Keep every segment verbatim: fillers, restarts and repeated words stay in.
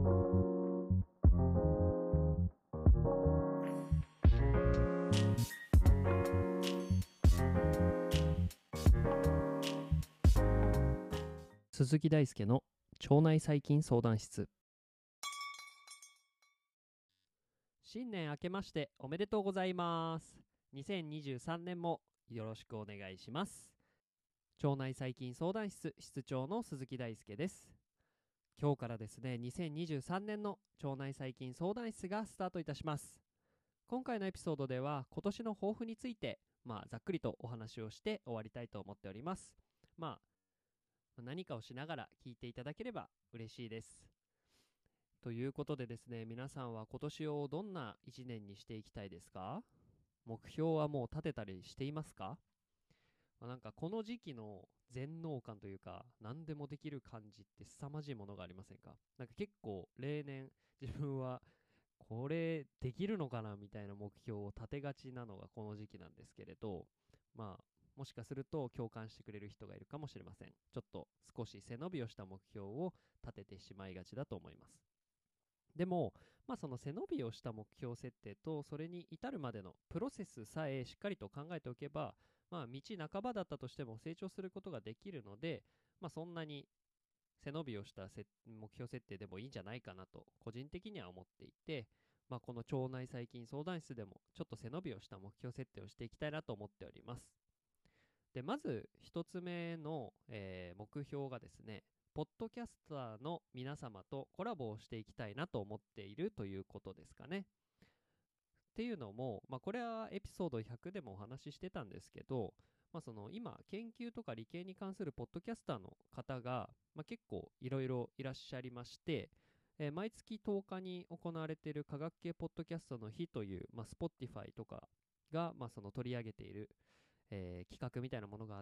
鈴木大輔の腸内細菌相談室。新年明けましておめでとうございます。にせんにじゅうさんねんもよろしくお願いします。腸内細菌相談室室長の鈴木大輔です。今日からですね、にせんにじゅうさんねんの腸内細菌相談室がスタートいたします。今回のエピソードでは今年の抱負について、まあ、ざっくりとお話をして終わりたいと思っております。まあ何かをしながら聞いていただければ嬉しいです。ということでですね、皆さんは今年をどんないちねんにしていきたいですか？目標はもう立てたりしていますか？まあ、なんかこの時期の全能感というか、何でもできる感じって凄まじいものがありませんか？なんか結構例年自分はこれできるのかなみたいな目標を立てがちなのがこの時期なんですけれど、まあもしかすると共感してくれる人がいるかもしれません。ちょっと少し背伸びをした目標を立ててしまいがちだと思います。でも、まあ、その背伸びをした目標設定とそれに至るまでのプロセスさえしっかりと考えておけば、まあ、道半ばだったとしても成長することができるので、まあ、そんなに背伸びをした目標設定でもいいんじゃないかなと個人的には思っていて、まあ、この腸内細菌相談室でもちょっと背伸びをした目標設定をしていきたいなと思っております。でまず一つ目の、えー目標がですね、ポッドキャスターの皆様とコラボをしていきたいなと思っているということですかね。っていうのも、まあ、これはエピソードひゃくでもお話ししてたんですけど、まあ、その今研究とか理系に関するポッドキャスターの方が、まあ、結構いろいろいらっしゃりまして、えー毎月とおかに行われている科学系ポッドキャストの日という、まあ、Spotify とかが、まあ、その取り上げている、えー企画みたいなものがあって、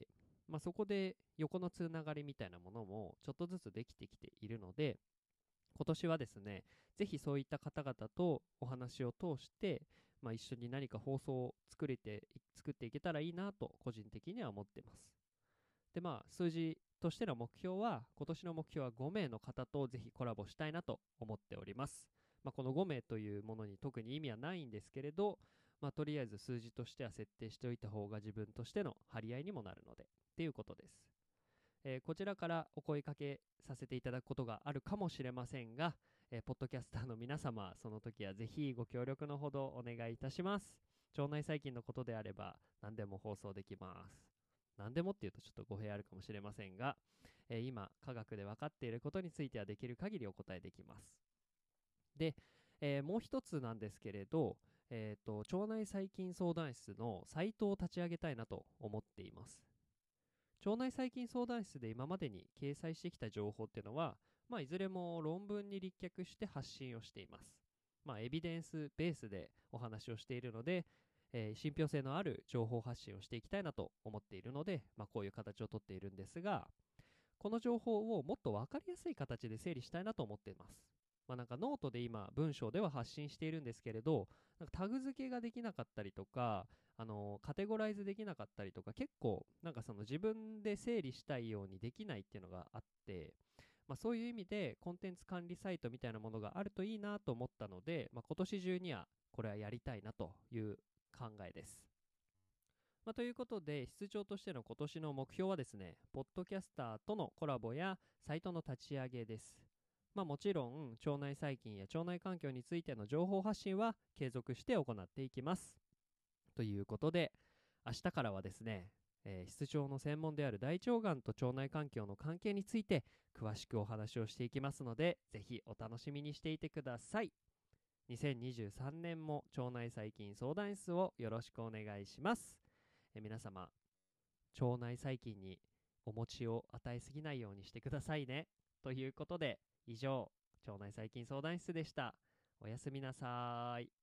まあ、そこで横のつながりみたいなものもちょっとずつできてきているので、今年はですね、ぜひそういった方々とお話を通して、まあ、一緒に何か放送を作れて作っていけたらいいなと個人的には思ってます。でまあ数字としての目標は、今年の目標はごめいの方とぜひコラボしたいなと思っております。まあ、このごめいというものに特に意味はないんですけれど、まあ、とりあえず数字としては設定しておいた方が自分としての張り合いにもなるのでっていうことです。えーこちらからお声かけさせていただくことがあるかもしれませんが、えーポッドキャスターの皆様、その時はぜひご協力のほどお願いいたします。腸内細菌のことであれば何でも放送できます。何でもっていうとちょっと語弊あるかもしれませんが、えー今科学で分かっていることについてはできる限りお答えできます。で、えーもう一つなんですけれど、えーと腸内細菌相談室のサイトを立ち上げたいなと思っています。腸内細菌相談室で今までに掲載してきた情報っていうのは、まあ、いずれも論文に立脚して発信をしています。まあ、エビデンスベースでお話をしているので、えー信憑性のある情報発信をしていきたいなと思っているので、まあ、こういう形をとっているんですが、この情報をもっと分かりやすい形で整理したいなと思っています。まあ、なんかノートで今文章では発信しているんですけれど、なんかタグ付けができなかったりとか、あのカテゴライズできなかったりとか、結構なんかその自分で整理したいようにできないっていうのがあって、まあ、そういう意味でコンテンツ管理サイトみたいなものがあるといいなと思ったので、まあ、今年中にはこれはやりたいなという考えです。まあ、ということで、室長としての今年の目標はですね、ポッドキャスターとのコラボやサイトの立ち上げです。まあ、もちろん、腸内細菌や腸内環境についての情報発信は継続して行っていきます。ということで、明日からはですね、えー室長の専門である大腸がんと腸内環境の関係について詳しくお話をしていきますので、ぜひお楽しみにしていてください。にせんにじゅうさんねんも腸内細菌相談室をよろしくお願いします。えー皆様、腸内細菌にお餅を与えすぎないようにしてくださいね。ということで、以上、腸内細菌相談室でした。おやすみなさーい。